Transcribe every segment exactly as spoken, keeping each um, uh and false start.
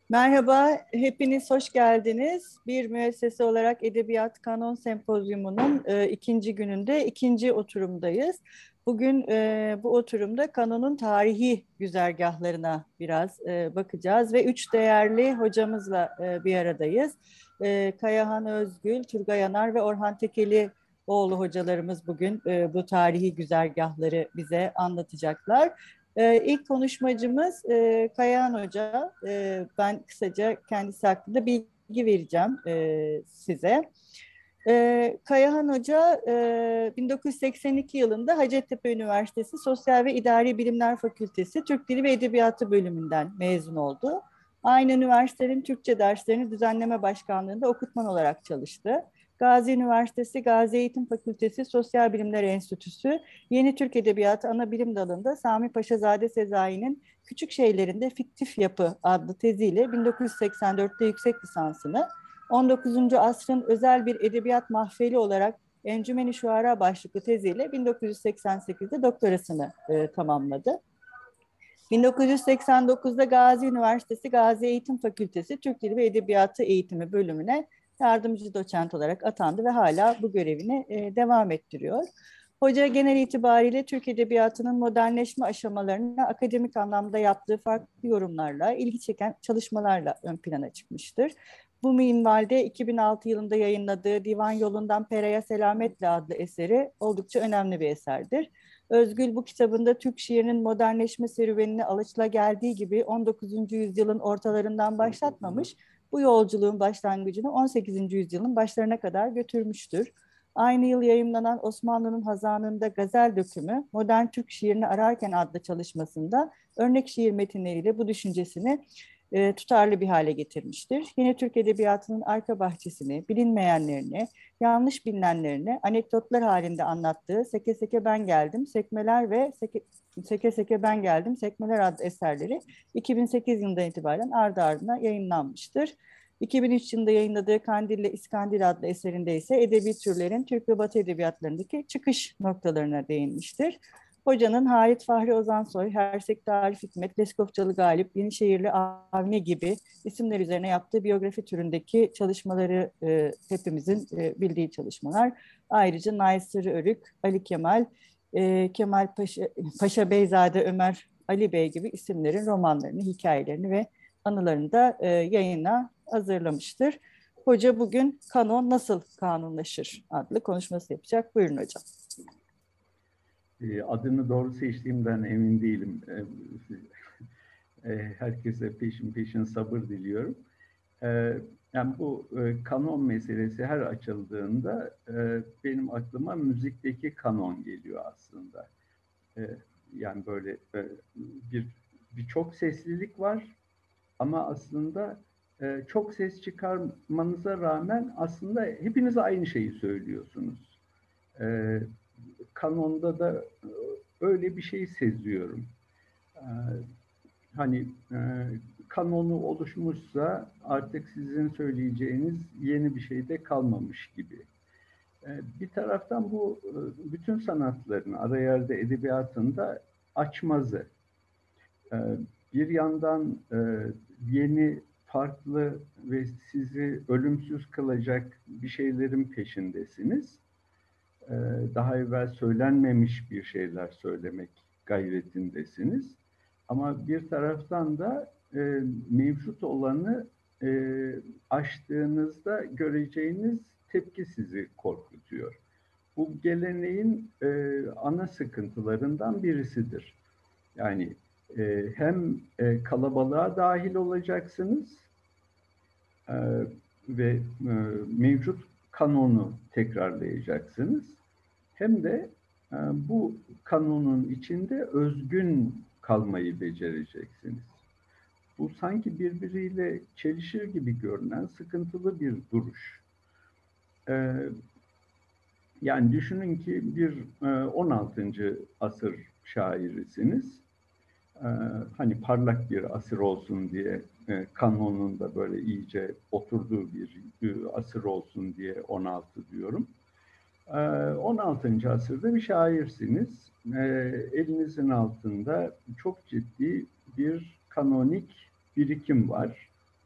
Merhaba, hepiniz hoş geldiniz. Bir müessese olarak Edebiyat Kanon Sempozyumu'nun e, ikinci gününde ikinci oturumdayız. Bugün e, bu oturumda kanonun tarihi güzergahlarına biraz e, bakacağız ve üç değerli hocamızla e, bir aradayız. E, Kayahan Özgül, Turgay Yanar ve Orhan Tekelioğlu hocalarımız bugün e, bu tarihi güzergahları bize anlatacaklar. Ee, ilk konuşmacımız e, Kayahan Hoca. Ee, ben kısaca kendisi hakkında bilgi vereceğim e, size. Ee, Kayahan Hoca e, bin dokuz yüz seksen iki yılında Hacettepe Üniversitesi Sosyal ve İdari Bilimler Fakültesi Türk Dili ve Edebiyatı bölümünden mezun oldu. Aynı üniversitenin Türkçe derslerini düzenleme başkanlığında okutman olarak çalıştı. Gazi Üniversitesi Gazi Eğitim Fakültesi Sosyal Bilimler Enstitüsü Yeni Türk Edebiyatı ana bilim dalında Sami Paşazade Sezai'nin Küçük Şeylerinde Fiktif Yapı adlı teziyle bin dokuz yüz seksen dörtte yüksek lisansını, on dokuzuncu asrın özel bir edebiyat mahfeli olarak Encümeni Şuara başlıklı teziyle bin dokuz yüz seksen sekizde doktorasını e, tamamladı. bin dokuz yüz seksen dokuzda Gazi Üniversitesi Gazi Eğitim Fakültesi Türk Dili ve Edebiyatı Eğitimi bölümüne yardımcı doçent olarak atandı ve hala bu görevini e, devam ettiriyor. Hoca genel itibariyle Türk Edebiyatı'nın modernleşme aşamalarını akademik anlamda yaptığı farklı yorumlarla, ilgi çeken çalışmalarla ön plana çıkmıştır. Bu minvalde iki bin altı yılında yayınladığı Divan Yolundan Pera'ya Selametle adlı eseri oldukça önemli bir eserdir. Özgül bu kitabında Türk şiirinin modernleşme serüvenini alışılageldiği gibi on dokuzuncu yüzyılın ortalarından başlatmamış, bu yolculuğun başlangıcını on sekizinci yüzyılın başlarına kadar götürmüştür. Aynı yıl yayımlanan Osmanlı'nın Hazanı'nda Gazel Dökümü, Modern Türk Şiirini Ararken adlı çalışmasında örnek şiir metinleriyle bu düşüncesini e, tutarlı bir hale getirmiştir. Yeni Türk Edebiyatı'nın arka bahçesini, bilinmeyenlerini, yanlış bilinenlerini anekdotlar halinde anlattığı Seke Seke Ben Geldim, Sekmeler ve Seke Seke Seke Ben Geldim, Sekmeler adlı eserleri iki bin sekiz yılından itibaren ardı ardına yayınlanmıştır. iki bin üç yılında yayınladığı Kandil ile İskandil adlı eserinde ise edebi türlerin Türk ve Batı edebiyatlarındaki çıkış noktalarına değinmiştir. Hocanın Halit Fahri Ozansoy, Hersek Arif Hikmet, Leskovçalı Galip, Yenişehirli Avni gibi isimler üzerine yaptığı biyografi türündeki çalışmaları e, hepimizin e, bildiği çalışmalar. Ayrıca Nail Sırrı Örük, Ali Kemal, e, Kemal Paşa, Paşa Beyzade Ömer Ali Bey gibi isimlerin romanlarını, hikayelerini ve anılarını da e, yayına hazırlamıştır. Hoca bugün kanon nasıl kanunlaşır adlı konuşması yapacak. Buyurun hocam. E, adını doğru seçtiğimden emin değilim. E, herkese peşin peşin sabır diliyorum. E, yani bu e, kanon meselesi her açıldığında e, benim aklıma müzikteki kanon geliyor aslında. E, yani böyle e, bir birçok seslilik var ama aslında e, çok ses çıkarmanıza rağmen aslında hepiniz aynı şeyi söylüyorsunuz. E, kanonda da öyle bir şey seziyorum. Ee, hani e, kanonu oluşmuşsa artık sizin söyleyeceğiniz yeni bir şey de kalmamış gibi. Ee, bir taraftan bu e, bütün sanatların, ara yerde edebiyatında açmazı. Ee, bir yandan e, yeni, farklı ve sizi ölümsüz kılacak bir şeylerin peşindesiniz. Ee, daha evvel söylenmemiş bir şeyler söylemek gayretindesiniz. Ama bir taraftan da e, mevcut olanı e, aştığınızda göreceğiniz tepki sizi korkutuyor. Bu geleneğin e, ana sıkıntılarından birisidir. Yani e, hem e, kalabalığa dahil olacaksınız e, ve e, mevcut kanonu tekrarlayacaksınız. Hem de e, bu kanunun içinde özgün kalmayı becereceksiniz. Bu sanki birbiriyle çelişir gibi görünen sıkıntılı bir duruş. E, yani düşünün ki bir e, on altıncı asır şairisiniz. E, hani parlak bir asır olsun diye e, kanununda böyle iyice oturduğu bir e, asır olsun diye on altı diyorum. on altıncı asırda bir şairsiniz. Elinizin altında çok ciddi bir kanonik birikim var.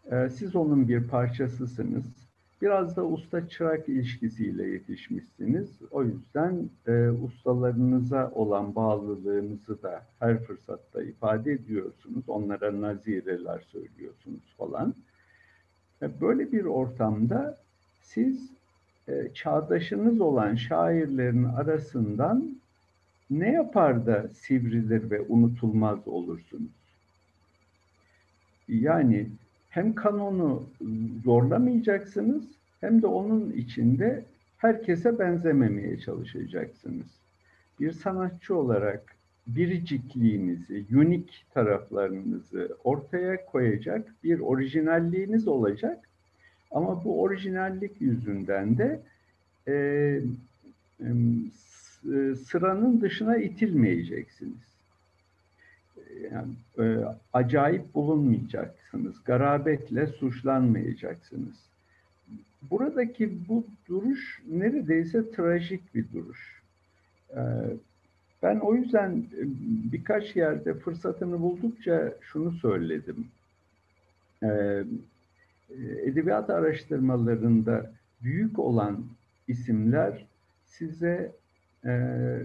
E, siz onun bir parçasısınız. Biraz da usta-çırak ilişkisiyle yetişmişsiniz. O yüzden e, ustalarınıza olan bağlılığınızı da her fırsatta ifade ediyorsunuz. Onlara nazireler söylüyorsunuz falan. E, böyle bir ortamda siz e, çağdaşınız olan şairlerin arasından ne yapar da sivrilir ve unutulmaz olursunuz? Yani hem kanonu zorlamayacaksınız hem de onun içinde herkese benzememeye çalışacaksınız. Bir sanatçı olarak biricikliğinizi, unik taraflarınızı ortaya koyacak bir orijinalliğiniz olacak. Ama bu orijinallik yüzünden de e, e, sıranın dışına itilmeyeceksiniz. Yani, e, acayip bulunmayacaksınız, garabetle suçlanmayacaksınız. Buradaki bu duruş neredeyse trajik bir duruş. E, ben o yüzden birkaç yerde fırsatını buldukça şunu söyledim. E, edebiyat araştırmalarında büyük olan isimler size e,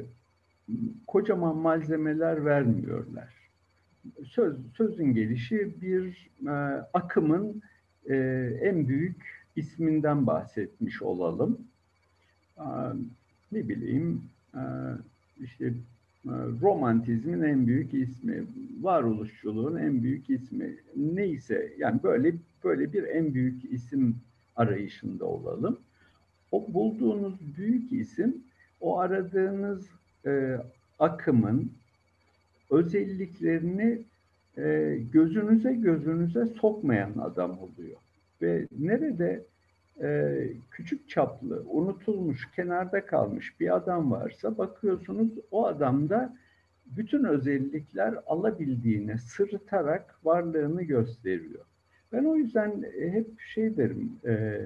kocaman malzemeler vermiyorlar. Söz, sözün gelişi bir e, akımın e, en büyük isminden bahsetmiş olalım. E, ne bileyim e, işte e, romantizmin en büyük ismi, varoluşçuluğun en büyük ismi neyse yani böyle böyle bir en büyük isim arayışında olalım. O bulduğunuz büyük isim o aradığınız e, akımın özelliklerini e, gözünüze gözünüze sokmayan adam oluyor. Ve nerede e, küçük çaplı, unutulmuş, kenarda kalmış bir adam varsa bakıyorsunuz o adamda bütün özellikler alabildiğine sırıtarak varlığını gösteriyor. Ben o yüzden hep şey derim, e,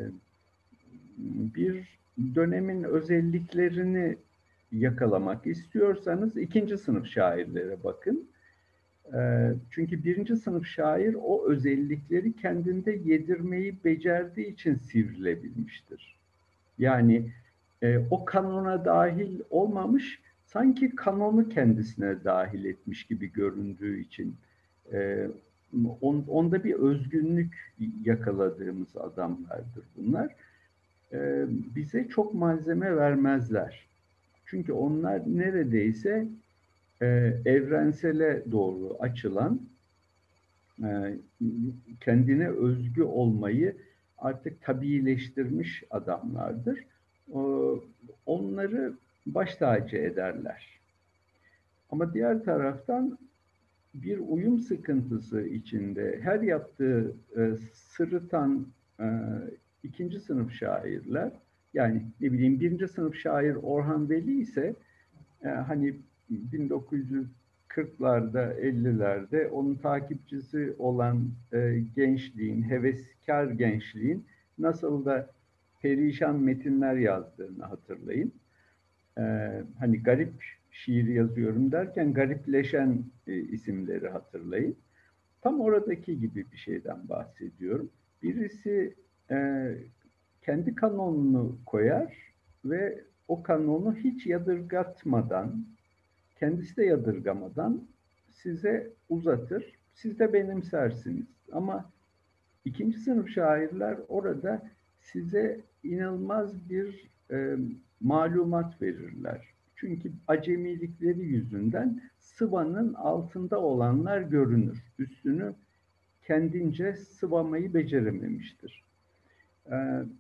bir dönemin özelliklerini yakalamak istiyorsanız ikinci sınıf şairlere bakın. Çünkü birinci sınıf şair o özellikleri kendinde yedirmeyi becerdiği için sivrilebilmiştir. Yani e, o kanona dahil olmamış, sanki kanonu kendisine dahil etmiş gibi göründüğü için e, on, onda bir özgünlük yakaladığımız adamlardır bunlar. E, bize çok malzeme vermezler. Çünkü onlar neredeyse e, evrensele doğru açılan, e, kendine özgü olmayı artık tabiileştirmiş adamlardır. E, onları baş tacı ederler. Ama diğer taraftan bir uyum sıkıntısı içinde her yaptığı e, sırıtan e, ikinci sınıf şairler, yani ne bileyim birinci sınıf şair Orhan Veli ise e, hani bin dokuz yüz kırklarda, ellilerde onun takipçisi olan e, gençliğin, heveskar gençliğin nasıl da perişan metinler yazdığını hatırlayın. E, hani garip şiir yazıyorum derken garipleşen e, isimleri hatırlayın. Tam oradaki gibi bir şeyden bahsediyorum. Birisi e, kendi kanonunu koyar ve o kanonu hiç yadırgatmadan, kendisi de yadırgamadan size uzatır. Siz de benimsersiniz. Ama ikinci sınıf şairler orada size inanılmaz bir e, malumat verirler. Çünkü acemilikleri yüzünden sıvanın altında olanlar görünür. Üstünü kendince sıvamayı becerememiştir. E,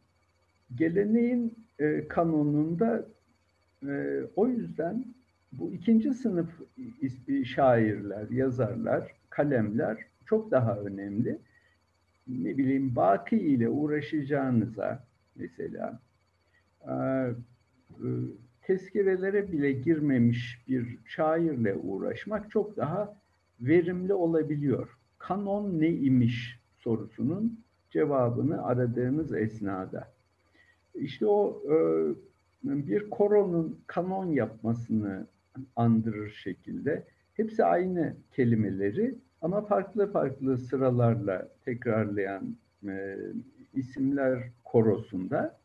geleneğin e, kanonunda e, o yüzden bu ikinci sınıf şairler, yazarlar, kalemler çok daha önemli. Ne bileyim Baki ile uğraşacağınıza mesela e, e, tezkirelere bile girmemiş bir şairle uğraşmak çok daha verimli olabiliyor. Kanon ne imiş sorusunun cevabını aradığınız esnada. İşte o e, bir koronun kanon yapmasını andırır şekilde hepsi aynı kelimeleri ama farklı farklı sıralarla tekrarlayan e, isimler korosunda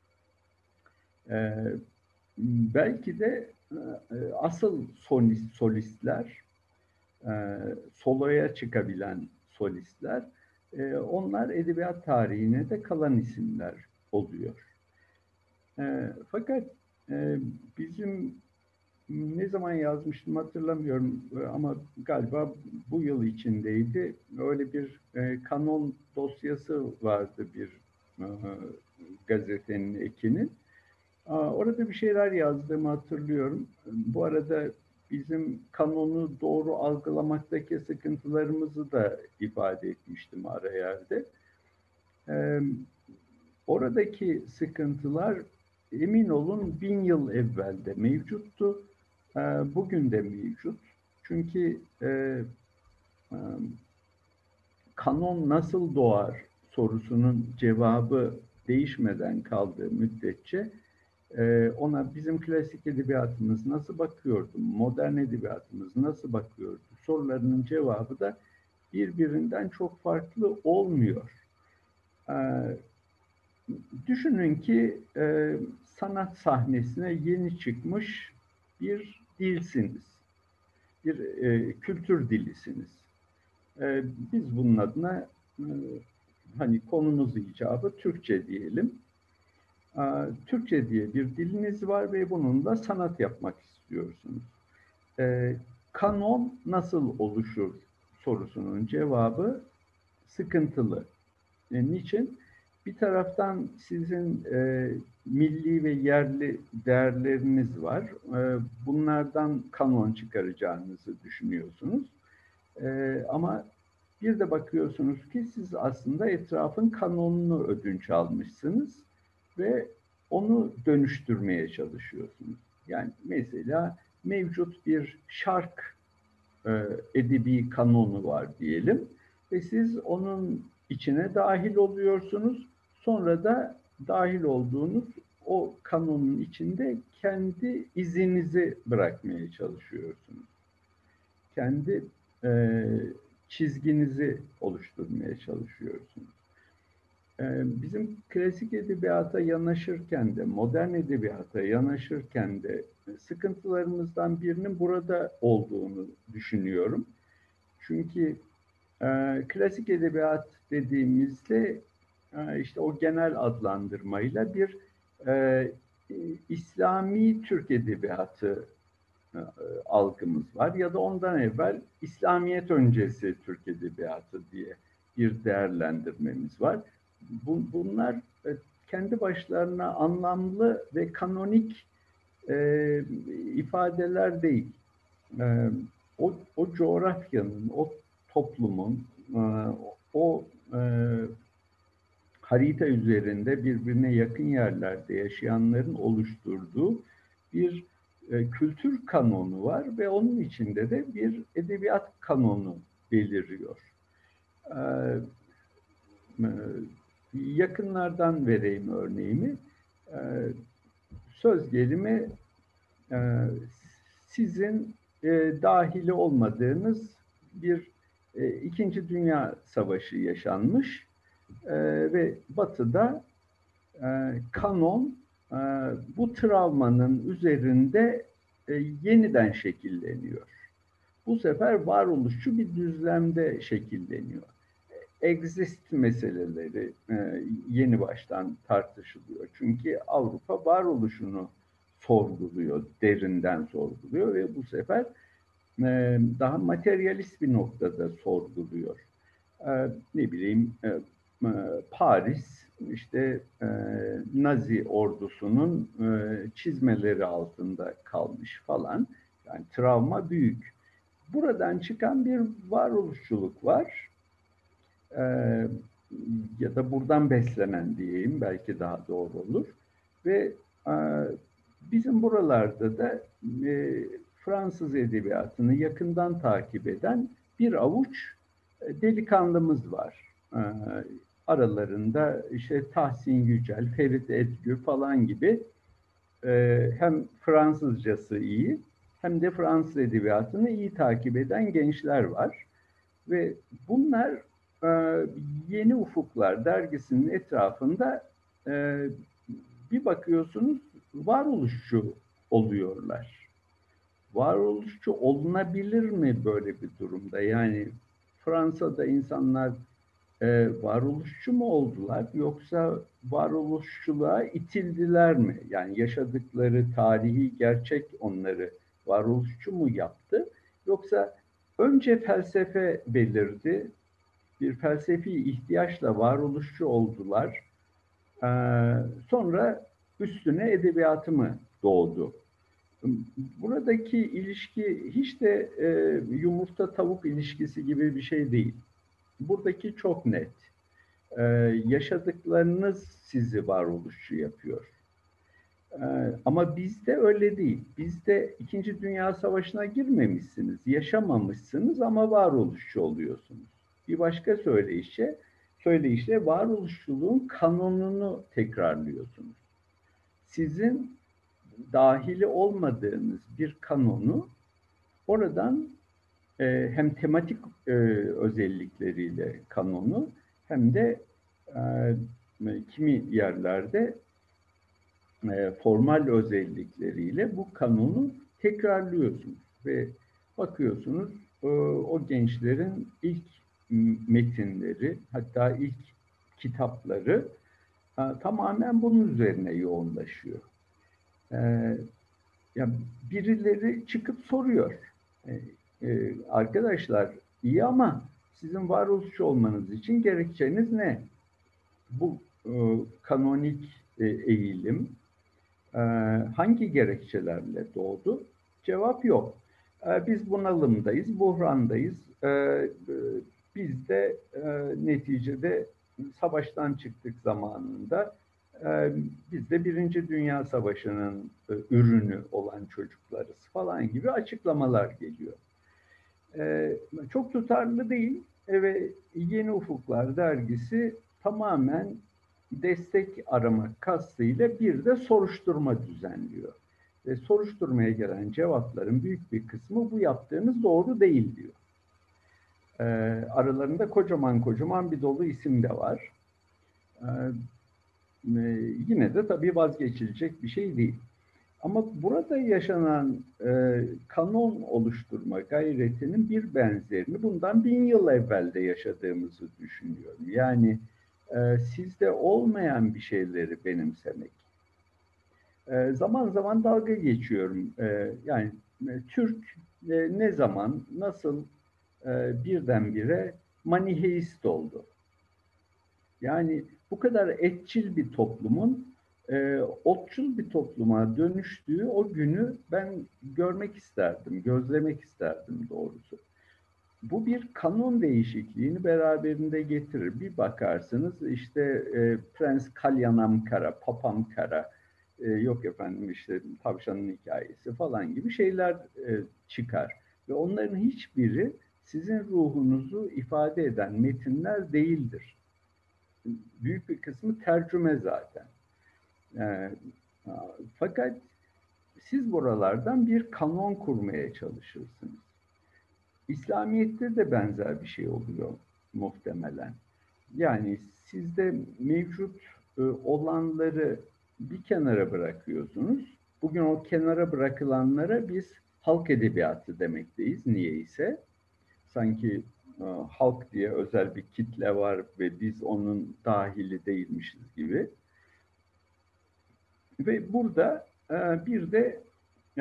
e, belki de e, asıl solist, solistler, e, soloya çıkabilen solistler, e, onlar edebiyat tarihine de kalan isimler oluyor. E, fakat e, bizim ne zaman yazmıştım hatırlamıyorum ama galiba bu yıl içindeydi. Öyle bir e, kanon dosyası vardı bir e, gazetenin ekinin. Orada bir şeyler yazdığımı hatırlıyorum. Bu arada bizim kanonu doğru algılamaktaki sıkıntılarımızı da ifade etmiştim ara yerde. Ee, oradaki sıkıntılar emin olun bin yıl evvelde mevcuttu. Ee, bugün de mevcut. Çünkü e, e, kanon nasıl doğar sorusunun cevabı değişmeden kaldığı müddetçe ona bizim klasik edebiyatımız nasıl bakıyordu, modern edebiyatımız nasıl bakıyordu sorularının cevabı da birbirinden çok farklı olmuyor. Düşünün ki sanat sahnesine yeni çıkmış bir dilsiniz, bir kültür dilisiniz. Biz bunun adına hani konumuz icabı Türkçe diyelim. Türkçe diye bir diliniz var ve bununla sanat yapmak istiyorsunuz. Ee, kanon nasıl oluşur sorusunun cevabı sıkıntılı. E, niçin? Bir taraftan sizin e, milli ve yerli değerleriniz var. E, bunlardan kanon çıkaracağınızı düşünüyorsunuz. E, ama bir de bakıyorsunuz ki siz aslında etrafın kanonunu ödünç almışsınız ve onu dönüştürmeye çalışıyorsunuz. Yani mesela mevcut bir şark e, edebi kanonu var diyelim ve siz onun içine dahil oluyorsunuz. Sonra da dahil olduğunuz o kanonun içinde kendi izinizi bırakmaya çalışıyorsunuz. Kendi e, çizginizi oluşturmaya çalışıyorsunuz. Bizim klasik edebiyata yanaşırken de, modern edebiyata yanaşırken de sıkıntılarımızdan birinin burada olduğunu düşünüyorum. Çünkü e, klasik edebiyat dediğimizde e, işte o genel adlandırmayla bir e, İslami Türk edebiyatı e, algımız var ya da ondan evvel İslamiyet öncesi Türk edebiyatı diye bir değerlendirmemiz var. Bunlar kendi başlarına anlamlı ve kanonik e, ifadeler değil. E, o, o coğrafyanın, o toplumun, e, o e, harita üzerinde birbirine yakın yerlerde yaşayanların oluşturduğu bir e, kültür kanonu var ve onun içinde de bir edebiyat kanonu beliriyor. E, e, Yakınlardan vereyim örneğimi. Ee, söz gelimi e, sizin e, dahili olmadığınız bir e, İkinci Dünya Savaşı yaşanmış e, ve Batı'da e, kanon e, bu travmanın üzerinde e, yeniden şekilleniyor. Bu sefer varoluşçu bir düzlemde şekilleniyor. Exist meseleleri e, yeni baştan tartışılıyor. Çünkü Avrupa varoluşunu sorguluyor, derinden sorguluyor ve bu sefer e, daha materyalist bir noktada sorguluyor. E, ne bileyim e, e, Paris işte e, Nazi ordusunun e, çizmeleri altında kalmış falan. Yani travma büyük. Buradan çıkan bir varoluşçuluk var. Ee, ya da buradan beslenen diyeyim belki daha doğru olur ve e, bizim buralarda da e, Fransız edebiyatını yakından takip eden bir avuç e, delikanlımız var. E, aralarında işte Tahsin Yücel, Ferit Edgü falan gibi e, hem Fransızcası iyi hem de Fransız edebiyatını iyi takip eden gençler var ve bunlar e, Yeni Ufuklar dergisinin etrafında e, bir bakıyorsunuz varoluşçu oluyorlar. Varoluşçu olunabilir mi böyle bir durumda? Yani Fransa'da insanlar e, varoluşçu mu oldular yoksa varoluşçuluğa itildiler mi? Yani yaşadıkları tarihi gerçek onları varoluşçu mu yaptı? Yoksa önce felsefe belirdi, bir felsefi ihtiyaçla varoluşçu oldular, e, sonra üstüne edebiyatı mı doğdu? Buradaki ilişki hiç de e, yumurta tavuk ilişkisi gibi bir şey değil. Buradaki çok net. Ee, yaşadıklarınız sizi varoluşçu yapıyor. Ee, ama bizde öyle değil. Bizde İkinci Dünya Savaşı'na girmemişsiniz, yaşamamışsınız ama varoluşçu oluyorsunuz. Bir başka söyleyişle, söyleyişle varoluşçuluğun kanonunu tekrarlıyorsunuz. Sizin dahili olmadığınız bir kanonu oradan e, hem tematik e, özellikleriyle kanonu hem de e, kimi yerlerde e, formal özellikleriyle bu kanonu tekrarlıyorsunuz ve bakıyorsunuz e, o gençlerin ilk metinleri, hatta ilk kitapları e, tamamen bunun üzerine yoğunlaşıyor. E, ya birileri çıkıp soruyor. E, e, arkadaşlar iyi ama sizin varoluşçu olmanız için gerekçeniz ne? Bu e, kanonik e, eğilim e, hangi gerekçelerle doğdu? Cevap yok. E, biz bunalımdayız, buhrandayız. E, e, biz de e, neticede savaştan çıktık zamanında. E, biz de Birinci Dünya Savaşı'nın e, ürünü olan çocuklarız falan gibi açıklamalar geliyor. E, çok tutarlı değil ve Yeni Ufuklar dergisi tamamen destek aramak kastıyla bir de soruşturma düzenliyor. Ve soruşturmaya gelen cevapların büyük bir kısmı bu yaptığınız doğru değil diyor. E, aralarında kocaman kocaman bir dolu isim de var. E, e, yine de tabii vazgeçilecek bir şey değil. Ama burada yaşanan e, kanon oluşturma gayretinin bir benzerini bundan bin yıl evvel de yaşadığımızı düşünüyorum. Yani e, sizde olmayan bir şeyleri benimsemek. E, zaman zaman dalga geçiyorum. E, yani e, Türk e, ne zaman, nasıl e, birdenbire maniheist oldu? Yani bu kadar etçil bir toplumun e, otçul bir topluma dönüştüğü o günü ben görmek isterdim, gözlemek isterdim doğrusu. Bu bir kanun değişikliğini beraberinde getirir. Bir bakarsınız işte e, Prens Kalyanam Kara, Papam Kara, e, yok efendim işte tavşanın hikayesi falan gibi şeyler e, çıkar. Ve onların hiçbiri sizin ruhunuzu ifade eden metinler değildir. Büyük bir kısmı tercüme zaten. E, fakat siz buralardan bir kanon kurmaya çalışırsınız. İslamiyet'te de benzer bir şey oluyor muhtemelen. Yani sizde mevcut e, olanları bir kenara bırakıyorsunuz. Bugün o kenara bırakılanlara biz halk edebiyatı demekteyiz niyeyse. Sanki e, halk diye özel bir kitle var ve biz onun dahili değilmişiz gibi. Ve burada e, bir de e,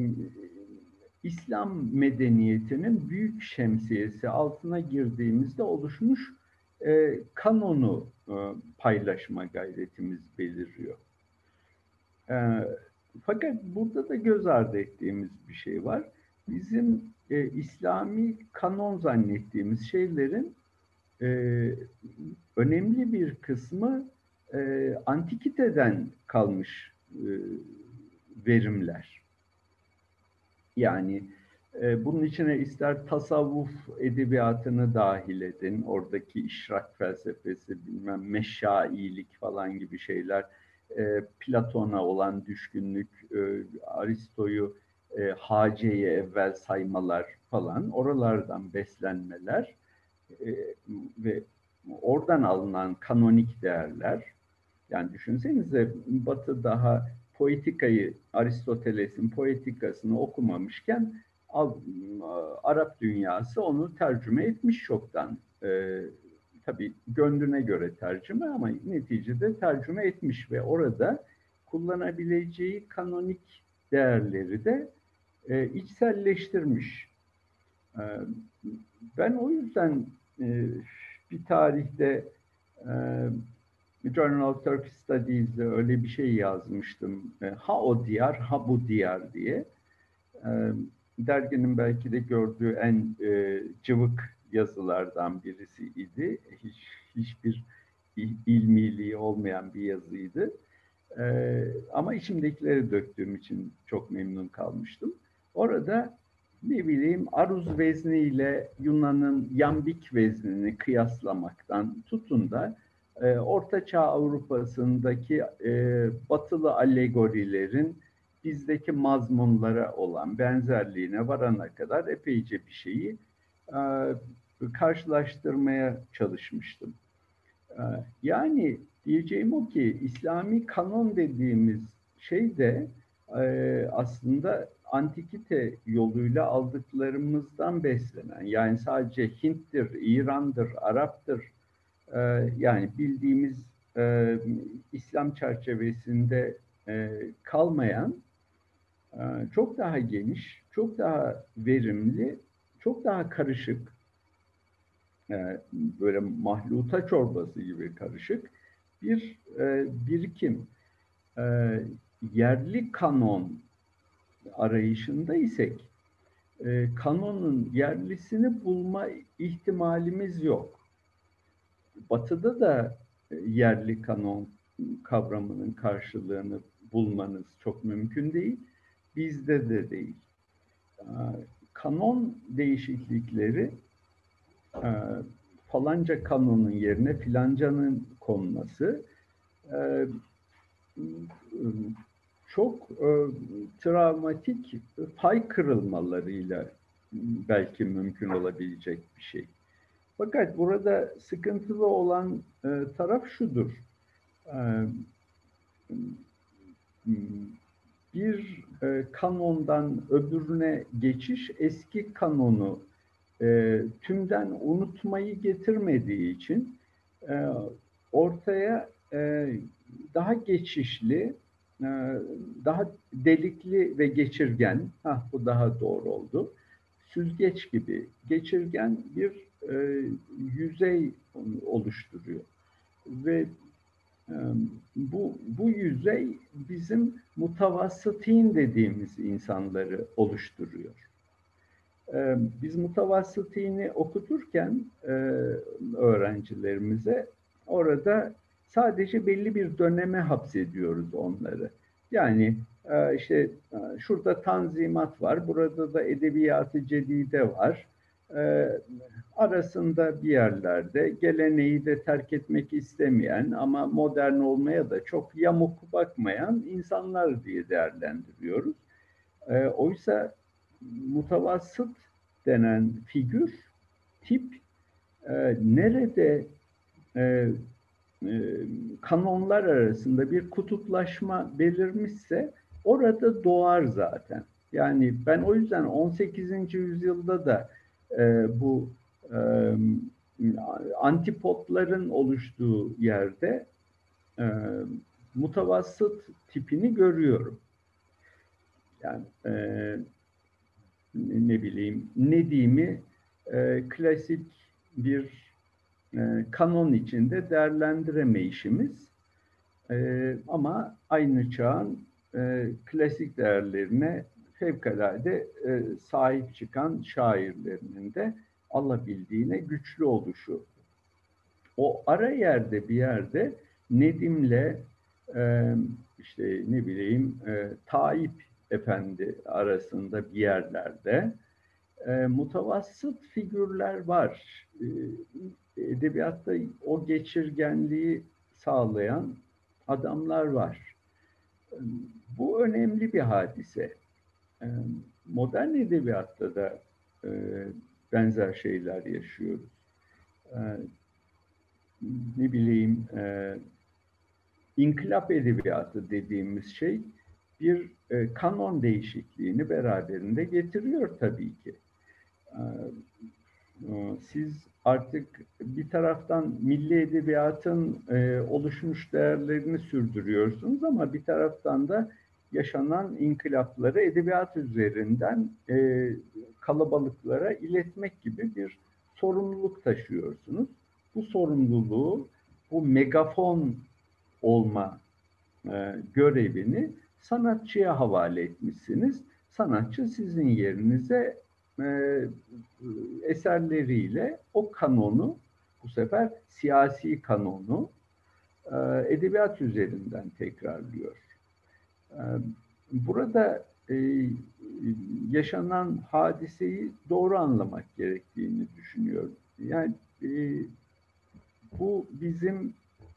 İslam medeniyetinin büyük şemsiyesi altına girdiğimizde oluşmuş e, kanonu e, paylaşma gayretimiz beliriyor. E, fakat burada da göz ardı ettiğimiz bir şey var. Bizim e, İslami kanon zannettiğimiz şeylerin e, önemli bir kısmı e, antikiteden kalmış e, verimler. Yani e, bunun içine ister tasavvuf edebiyatını dahil edin, oradaki işrak felsefesi, bilmem meşailik falan gibi şeyler, e, Platon'a olan düşkünlük, e, Aristo'yu e, haceye evvel saymalar falan, oralardan beslenmeler, e, ve oradan alınan kanonik değerler, yani düşünsenize Batı daha Poetika'yı, Aristoteles'in Poetikasını okumamışken Arap dünyası onu tercüme etmiş çoktan. Ee, tabii gönlüne göre tercüme ama neticede tercüme etmiş ve orada kullanabileceği kanonik değerleri de e, içselleştirmiş. E, ben o yüzden e, bir tarihte e, Journal of Turkish Studies'de öyle bir şey yazmıştım. E, ha o diyar, ha bu diyar diye. E, derginin belki de gördüğü en e, cıvık yazılardan birisiydi. Hiç hiçbir ilmiliği olmayan bir yazıydı. E, ama içimdekileri döktüğüm için çok memnun kalmıştım. Orada ne bileyim aruz vezniyle Yunan'ın yambik veznini kıyaslamaktan tutun da e, Orta Çağ Avrupa'sındaki e, batılı alegorilerin bizdeki mazmunlara olan benzerliğine varana kadar epeyce bir şeyi e, karşılaştırmaya çalışmıştım. E, yani diyeceğim o ki İslami kanon dediğimiz şey de e, aslında antikite yoluyla aldıklarımızdan beslenen, yani sadece Hint'tir, İran'dır, Arap'tır, e, yani bildiğimiz e, İslam çerçevesinde e, kalmayan e, çok daha geniş, çok daha verimli, çok daha karışık, e, böyle mahluta çorbası gibi karışık bir e, birikim. E, yerli kanon arayışında isek, e, kanonun yerlisini bulma ihtimalimiz yok. Batı'da da e, yerli kanon kavramının karşılığını bulmanız çok mümkün değil. Bizde de değil. E, kanon değişiklikleri e, falanca kanonun yerine filancanın konması e, çok e, travmatik pay kırılmalarıyla belki mümkün olabilecek bir şey. Fakat burada sıkıntılı olan e, taraf şudur. E, bir e, kanondan öbürüne geçiş eski kanonu e, tümden unutmayı getirmediği için e, ortaya e, daha geçişli, e, daha delikli ve geçirgen, hah, bu daha doğru oldu, süzgeç gibi geçirgen bir e, yüzey oluşturuyor. Ve e, bu, bu yüzey bizim mutavassıtin dediğimiz insanları oluşturuyor. Biz mutavassıtini okuturken e, öğrencilerimize orada sadece belli bir döneme hapsediyoruz onları. Yani e, işte e, şurada Tanzimat var, burada da Edebiyat-ı Cedide var. E, arasında bir yerlerde geleneği de terk etmek istemeyen ama modern olmaya da çok yamuk bakmayan insanlar diye değerlendiriyoruz. E, oysa mutavassıt denen figür, tip e, nerede e, e, kanonlar arasında bir kutuplaşma belirmişse orada doğar zaten. Yani ben o yüzden on sekizinci yüzyılda da e, bu e, antipotların oluştuğu yerde e, mutavassıt tipini görüyorum. Yani e, ne bileyim Nedim'i e, klasik bir e, kanon içinde değerlendiremeyişimiz e, ama aynı çağın e, klasik değerlerine fevkalade e, sahip çıkan şairlerinin de alabildiğine güçlü oluşu. O ara yerde bir yerde Nedim'le e, işte ne bileyim e, Tayyip Efendi arasında bir yerlerde e, mutavassıt figürler var. E, edebiyatta o geçirgenliği sağlayan adamlar var. E, bu önemli bir hadise. E, modern edebiyatta da e, benzer şeyler yaşıyoruz. E, ne bileyim e, inkılap edebiyatı dediğimiz şey bir e, kanon değişikliğini beraberinde getiriyor tabii ki. E, Siz artık bir taraftan milli edebiyatın e, oluşmuş değerlerini sürdürüyorsunuz ama bir taraftan da yaşanan inkılapları edebiyat üzerinden e, kalabalıklara iletmek gibi bir sorumluluk taşıyorsunuz. Bu sorumluluğu, bu megafon olma e, görevini sanatçıya havale etmişsiniz. Sanatçı sizin yerinize e, eserleriyle o kanonu, bu sefer siyasi kanonu e, edebiyat üzerinden tekrarlıyor. E, burada e, yaşanan hadiseyi doğru anlamak gerektiğini düşünüyorum. Yani e, bu bizim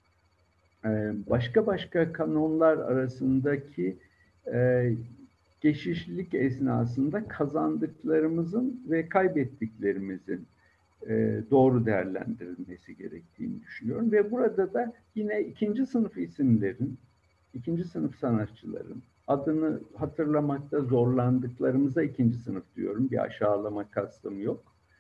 başka başka kanonlar arasındaki e, geçişlilik esnasında kazandıklarımızın ve kaybettiklerimizin e, doğru değerlendirilmesi gerektiğini düşünüyorum. Ve burada da yine ikinci sınıf isimlerin, ikinci sınıf sanatçıların adını hatırlamakta zorlandıklarımıza ikinci sınıf diyorum. Bir aşağılama kastım yok.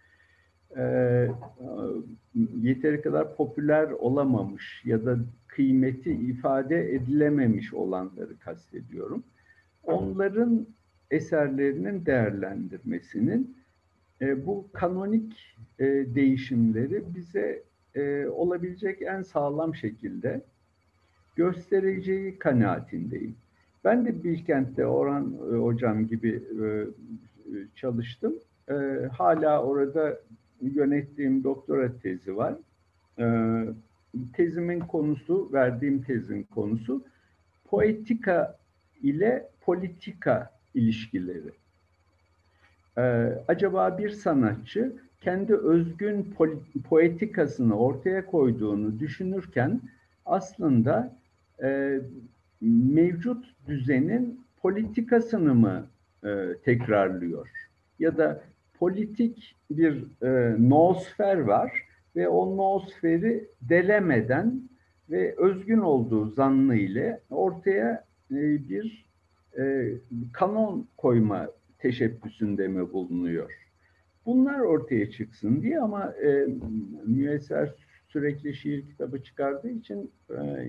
E, yeteri kadar popüler olamamış ya da kıymeti ifade edilememiş olanları kastediyorum. Onların eserlerinin değerlendirmesinin e, bu kanonik e, değişimleri bize e, olabilecek en sağlam şekilde göstereceği kanaatindeyim. Ben de Bilkent'te Orhan e, hocam gibi e, çalıştım. E, hala orada yönettiğim doktora tezi var. E, tezimin konusu, verdiğim tezin konusu poetika ile politika ilişkileri. Ee, acaba bir sanatçı kendi özgün poetikasını ortaya koyduğunu düşünürken aslında e, mevcut düzenin politikasını mı e, tekrarlıyor? Ya da politik bir e, noosfer var ve o noosferi delemeden ve özgün olduğu zannı ile ortaya e, bir e, kanon koyma teşebbüsünde mi bulunuyor? Bunlar ortaya çıksın diye ama e, Müyesser sürekli şiir kitabı çıkardığı için e,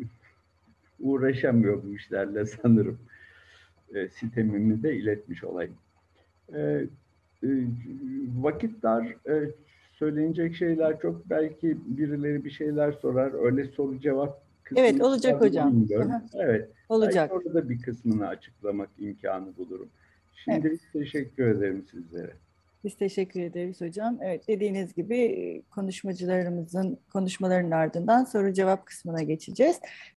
uğraşamıyor bu işlerle sanırım. E, sitemimi de iletmiş olayım. E, e, vakit dar, e, söylenecek şeyler çok. Belki birileri bir şeyler sorar. Öyle soru cevap kısmını Evet, olacak hocam. bilmiyorum. Evet. Olacak. Belki orada bir kısmını açıklamak imkanı bulurum. Şimdi Evet. teşekkür ederim sizlere. Biz teşekkür ederiz hocam. Evet, dediğiniz gibi konuşmacılarımızın konuşmalarının ardından soru cevap kısmına geçeceğiz.